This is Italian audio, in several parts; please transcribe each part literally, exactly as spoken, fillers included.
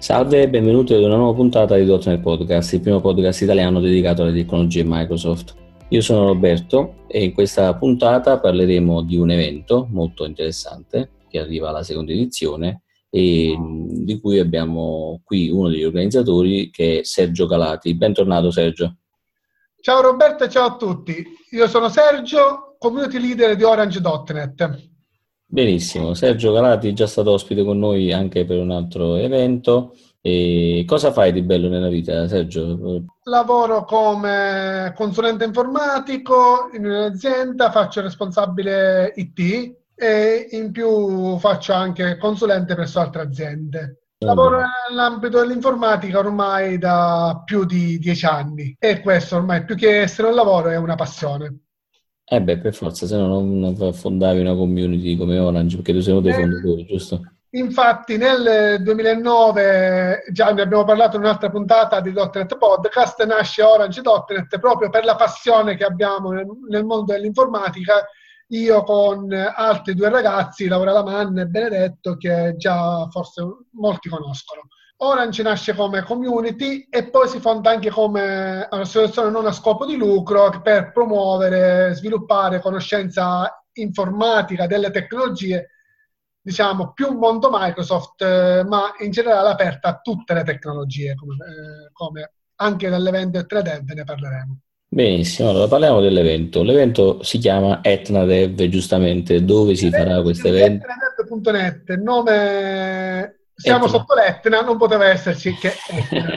Salve e benvenuti ad una nuova puntata di .ponto net Podcast, il primo podcast italiano dedicato alle tecnologie Microsoft. Io sono Roberto e in questa puntata parleremo di un evento molto interessante che arriva alla seconda edizione e di cui abbiamo qui uno degli organizzatori, che è Sergio Calati. Bentornato Sergio. Ciao Roberto e ciao a tutti. Io sono Sergio, community leader di Orange punto net. Benissimo, Sergio Calati è già stato ospite con noi anche per un altro evento. E cosa fai di bello nella vita, Sergio? Lavoro come consulente informatico in un'azienda, faccio il responsabile I T e in più faccio anche consulente presso altre aziende. Lavoro nell'ambito dell'informatica ormai da più di dieci anni e questo ormai più che essere un lavoro è una passione. Eh beh, per forza, se no non fondavi una community come Orange, perché tu sei uno dei fondatori, giusto? Infatti nel duemilanove, già ne abbiamo parlato in un'altra puntata di .ponto net Podcast, nasce Orange punto net proprio per la passione che abbiamo nel, nel mondo dell'informatica. Io con altri due ragazzi, Laura Lamanna e Benedetto, che già forse molti conoscono. Orange nasce come community e poi si fonda anche come associazione non a scopo di lucro per promuovere, sviluppare conoscenza informatica delle tecnologie, diciamo più mondo Microsoft, eh, ma in generale aperta a tutte le tecnologie, come, eh, come anche nell'evento Etnadev ne parleremo. Benissimo, allora parliamo dell'evento. L'evento si chiama Etnadev, giustamente. Dove si farà questo evento? Etnadev punto net, il nome... Siamo Etna. sotto l'Etna, non poteva esserci che Etna.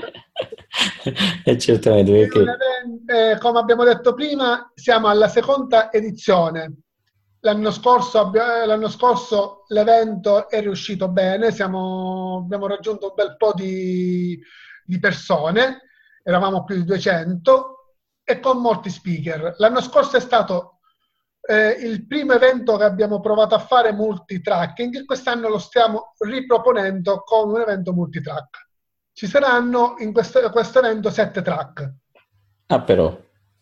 E certamente, perché... Eh, come abbiamo detto prima, siamo alla seconda edizione. L'anno scorso, l'anno scorso l'evento è riuscito bene, siamo, abbiamo raggiunto un bel po' di, di persone, eravamo più di duecento e con molti speaker. L'anno scorso è stato eh, il primo evento che abbiamo provato a fare multitracking e quest'anno lo stiamo riproponendo con un evento multitrack. Ci saranno in questo, questo evento sette track. Ah, però.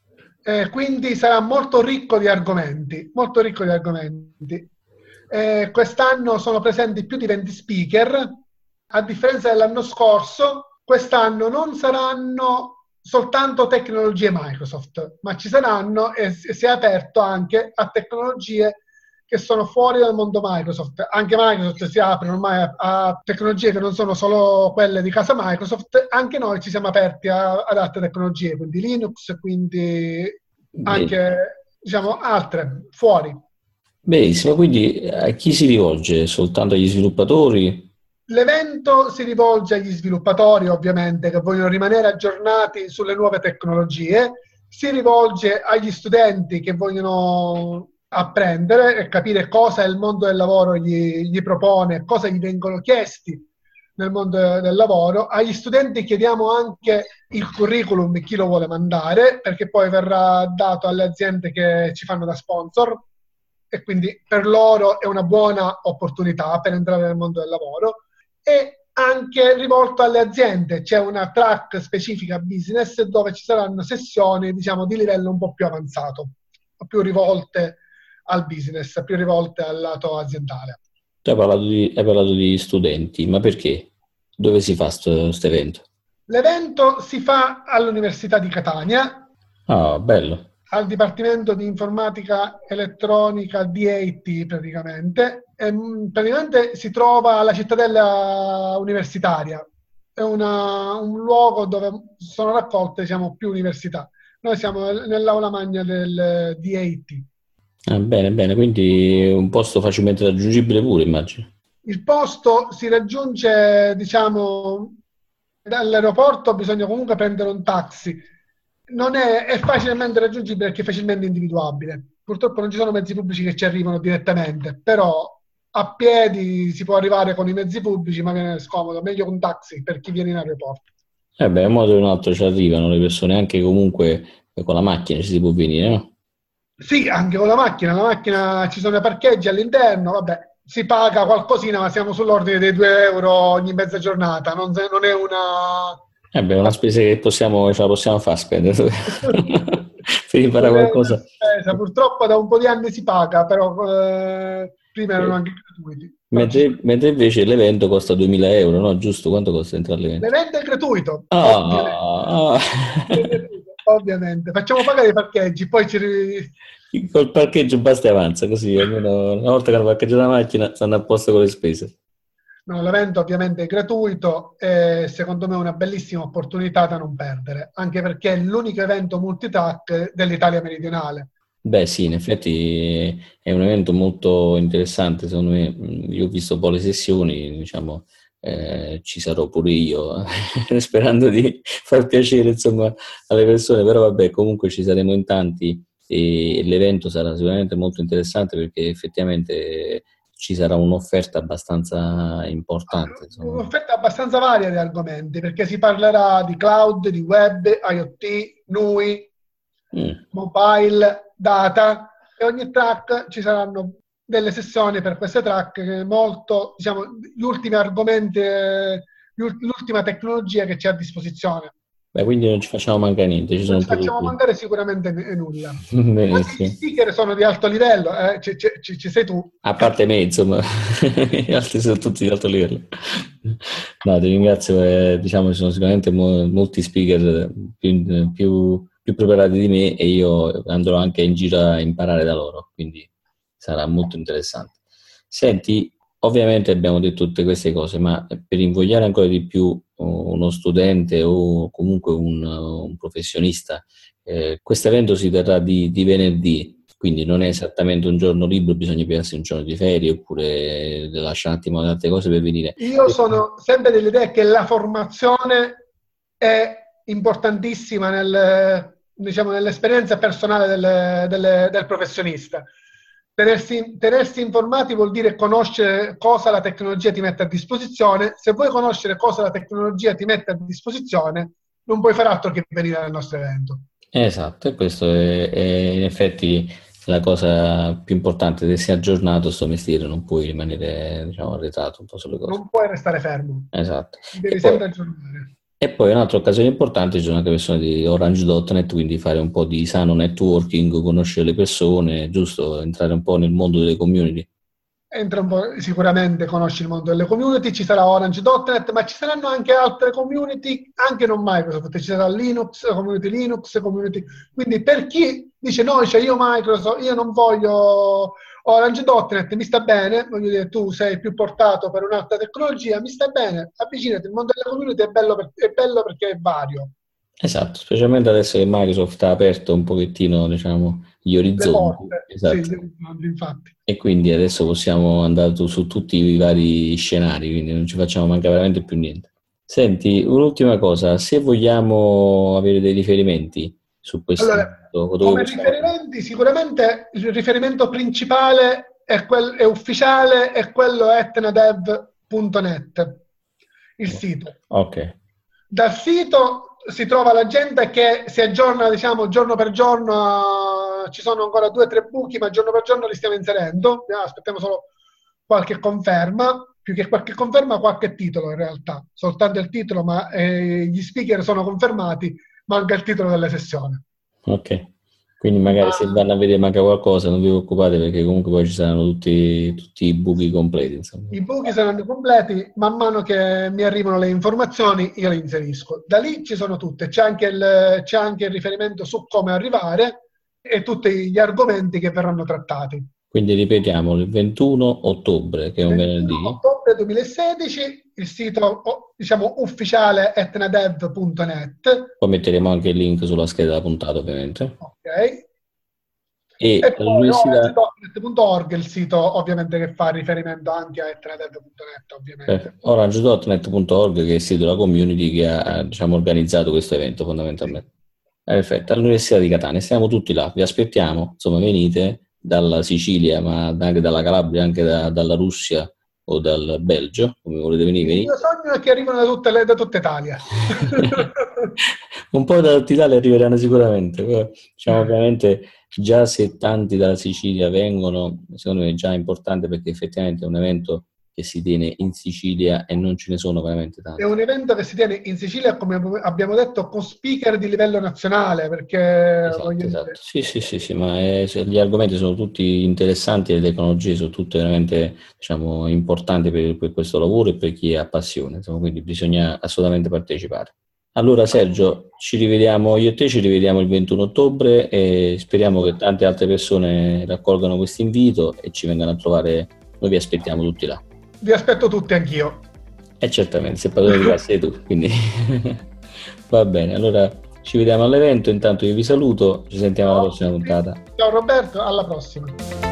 Eh, quindi sarà molto ricco di argomenti, molto ricco di argomenti. Eh, quest'anno sono presenti più di venti speaker, a differenza dell'anno scorso. Quest'anno non saranno soltanto tecnologie Microsoft, ma ci saranno e si è aperto anche a tecnologie che sono fuori dal mondo Microsoft. Anche Microsoft si apre ormai a, a tecnologie che non sono solo quelle di casa Microsoft, anche noi ci siamo aperti a, ad altre tecnologie, quindi Linux, quindi anche diciamo altre, fuori. Benissimo, quindi a chi si rivolge? Soltanto agli sviluppatori? L'evento si rivolge agli sviluppatori, ovviamente, che vogliono rimanere aggiornati sulle nuove tecnologie, si rivolge agli studenti che vogliono apprendere e capire cosa il mondo del lavoro gli, gli propone, cosa gli vengono chiesti nel mondo del lavoro. Agli studenti chiediamo anche il curriculum, chi lo vuole mandare, perché poi verrà dato alle aziende che ci fanno da sponsor e quindi per loro è una buona opportunità per entrare nel mondo del lavoro. E anche rivolto alle aziende, c'è una track specifica business dove ci saranno sessioni, diciamo, di livello un po' più avanzato, più rivolte al business, più rivolte al lato aziendale. Tu hai parlato di, hai parlato di studenti, ma perché? Dove si fa questo evento? L'evento si fa all'Università di Catania. Ah, bello. Al Dipartimento di Informatica Elettronica D A T praticamente. E, praticamente si trova alla cittadella universitaria. È una, un luogo dove sono raccolte, diciamo, più università. Noi siamo nell'aula magna del D A T. Ah, bene, bene, quindi è un posto facilmente raggiungibile pure, immagino. Il posto si raggiunge, diciamo, dall'aeroporto, bisogna comunque prendere un taxi. Non è, è facilmente raggiungibile perché è facilmente individuabile. Purtroppo non ci sono mezzi pubblici che ci arrivano direttamente, però a piedi si può arrivare con i mezzi pubblici, ma viene scomodo. Meglio un taxi per chi viene in aeroporto. Eh beh, in un modo o in un altro ci arrivano le persone, anche comunque con la macchina ci si può venire, no? Sì, anche con la macchina. La macchina ci sono i parcheggi all'interno, vabbè, si paga qualcosina, ma siamo sull'ordine dei due euro ogni mezza giornata. Non, non è una... Eh beh, è una spesa che possiamo, ce la possiamo far spendere per imparare qualcosa. Spesa. Purtroppo da un po' di anni si paga, però eh, prima erano anche gratuiti. Mentre, mentre invece l'evento costa duemila euro, no? Giusto? Quanto costa entrare all'evento? L'evento è gratuito, Ah, ovviamente. È gratuito, ovviamente. Facciamo pagare i parcheggi, poi ci... col parcheggio basta e avanza, così almeno una volta che hanno parcheggiato la macchina stanno a posto con le spese. No, l'evento ovviamente è gratuito e secondo me è una bellissima opportunità da non perdere, anche perché è l'unico evento multitrack dell'Italia meridionale. Beh sì, in effetti è un evento molto interessante, secondo me. Io ho visto un po' le sessioni, diciamo, eh, ci sarò pure io, sperando di far piacere insomma alle persone, però vabbè, comunque ci saremo in tanti e l'evento sarà sicuramente molto interessante perché effettivamente ci sarà un'offerta abbastanza importante, insomma. Un'offerta abbastanza varia di argomenti, perché si parlerà di cloud, di web, IoT, N U I, Mm. mobile, data, e ogni track ci saranno delle sessioni per queste track che molto, diciamo, gli ultimi argomenti, eh, l'ultima tecnologia che c'è a disposizione. Beh, quindi non ci facciamo mancare niente, ci Non sono ci facciamo tutti. mancare sicuramente n- nulla. Anche gli Benissimo. speaker sono di alto livello, eh, ci, ci- ci- ci sei tu. A parte me, insomma, gli altri sono tutti di alto livello. No, ti ringrazio, eh, diciamo, ci sono sicuramente mo- molti speaker più, più, più preparati di me e io andrò anche in giro a imparare da loro, quindi sarà molto interessante. Senti, ovviamente abbiamo detto tutte queste cose, ma per invogliare ancora di più uno studente o comunque un, un professionista, eh, questo evento si terrà di, di venerdì. Quindi non è esattamente un giorno libero, bisogna pigliarsi un giorno di ferie oppure lascia un attimo altre cose per venire. Io sono sempre dell'idea che la formazione è importantissima nel, diciamo, nell'esperienza personale del, del- del professionista. Tenersi, tenersi informati vuol dire conoscere cosa la tecnologia ti mette a disposizione. Se vuoi conoscere cosa la tecnologia ti mette a disposizione, non puoi fare altro che venire al nostro evento. Esatto, e questo è, è in effetti la cosa più importante, se sei aggiornato a sto mestiere non puoi rimanere, diciamo, arretrato un po' sulle cose. Non puoi restare fermo, Esatto. E devi poi, sempre aggiornare. e poi un'altra occasione importante, ci sono anche persone di Orange punto net, quindi fare un po' di sano networking, conoscere le persone, giusto? Entrare un po' nel mondo delle community. Entra un po', sicuramente conosci il mondo delle community, ci sarà Orange punto net, ma ci saranno anche altre community, anche non Microsoft, ci sarà Linux, community Linux, community... Quindi per chi dice no, cioè io Microsoft, io non voglio Orange punto net, mi sta bene, voglio dire, tu sei più portato per un'altra tecnologia, mi sta bene, avvicinati, il mondo delle community è bello, per- è bello perché è vario. Esatto, specialmente adesso che Microsoft ha aperto un pochettino, diciamo, gli Le orizzonti. porte, sì, Esatto. infatti. E quindi adesso possiamo andare tu- su tutti i vari scenari, quindi non ci facciamo mancare veramente più niente. Senti, un'ultima cosa, se vogliamo avere dei riferimenti su questo Allora, evento, dove come possiamo... riferimenti, sicuramente il riferimento principale è, quel, è ufficiale, è quello etnadev punto net, il sito. Ok, Dal sito si trova la gente che si aggiorna, diciamo, giorno per giorno, ci sono ancora due o tre buchi, ma giorno per giorno li stiamo inserendo, aspettiamo solo qualche conferma, più che qualche conferma, qualche titolo in realtà, soltanto il titolo, ma eh, gli speaker sono confermati, manca il titolo della sessione. ok. Quindi magari Ma se vanno a vedere manca qualcosa, non vi preoccupate perché comunque poi ci saranno tutti, tutti i buchi completi, insomma. i buchi saranno completi, man mano che mi arrivano le informazioni io le inserisco. Da lì ci sono tutte, c'è anche il, c'è anche il riferimento su come arrivare e tutti gli argomenti che verranno trattati. Quindi ripetiamo, il ventuno ottobre, che è un ventuno venerdì, ottobre duemilasedici, il sito diciamo ufficiale etnadev punto net. poi metteremo anche il link sulla scheda della puntata, ovviamente. Ok. E E poi orange all'università... punto net punto org, il sito ovviamente che fa riferimento anche a etnadev punto net, ovviamente. orange punto net punto org, che è il sito della community che ha, diciamo, organizzato questo evento fondamentalmente. Eh, Perfetto, all'Università di Catania, siamo tutti là, vi aspettiamo, insomma venite dalla Sicilia, ma anche dalla Calabria, anche da- dalla Russia o dal Belgio, come volete venire, Il venite. mio sogno è che arrivano da, tutte le, da tutta Italia. Un po' da tutta Italia arriveranno sicuramente, poi, diciamo ovviamente già se tanti dalla Sicilia vengono, secondo me è già importante perché effettivamente è un evento che si tiene in Sicilia e non ce ne sono veramente tanti. È un evento che si tiene in Sicilia, come abbiamo detto, con speaker di livello nazionale, perché Esatto, voglio esatto. dire... Sì, sì, sì, sì, ma è- gli argomenti sono tutti interessanti, le tecnologie sono tutte veramente, diciamo, importanti per, per questo lavoro e per chi ha passione, insomma, quindi bisogna assolutamente partecipare. Allora Sergio, ci rivediamo, io e te ci rivediamo il ventuno ottobre e speriamo che tante altre persone raccolgano questo invito e ci vengano a trovare, noi vi aspettiamo tutti là. Vi aspetto tutti anch'io. E certamente, se padrone di casa sei tu, quindi va bene, allora ci vediamo all'evento, intanto io vi saluto, ci sentiamo alla prossima puntata. Ciao Roberto, alla prossima.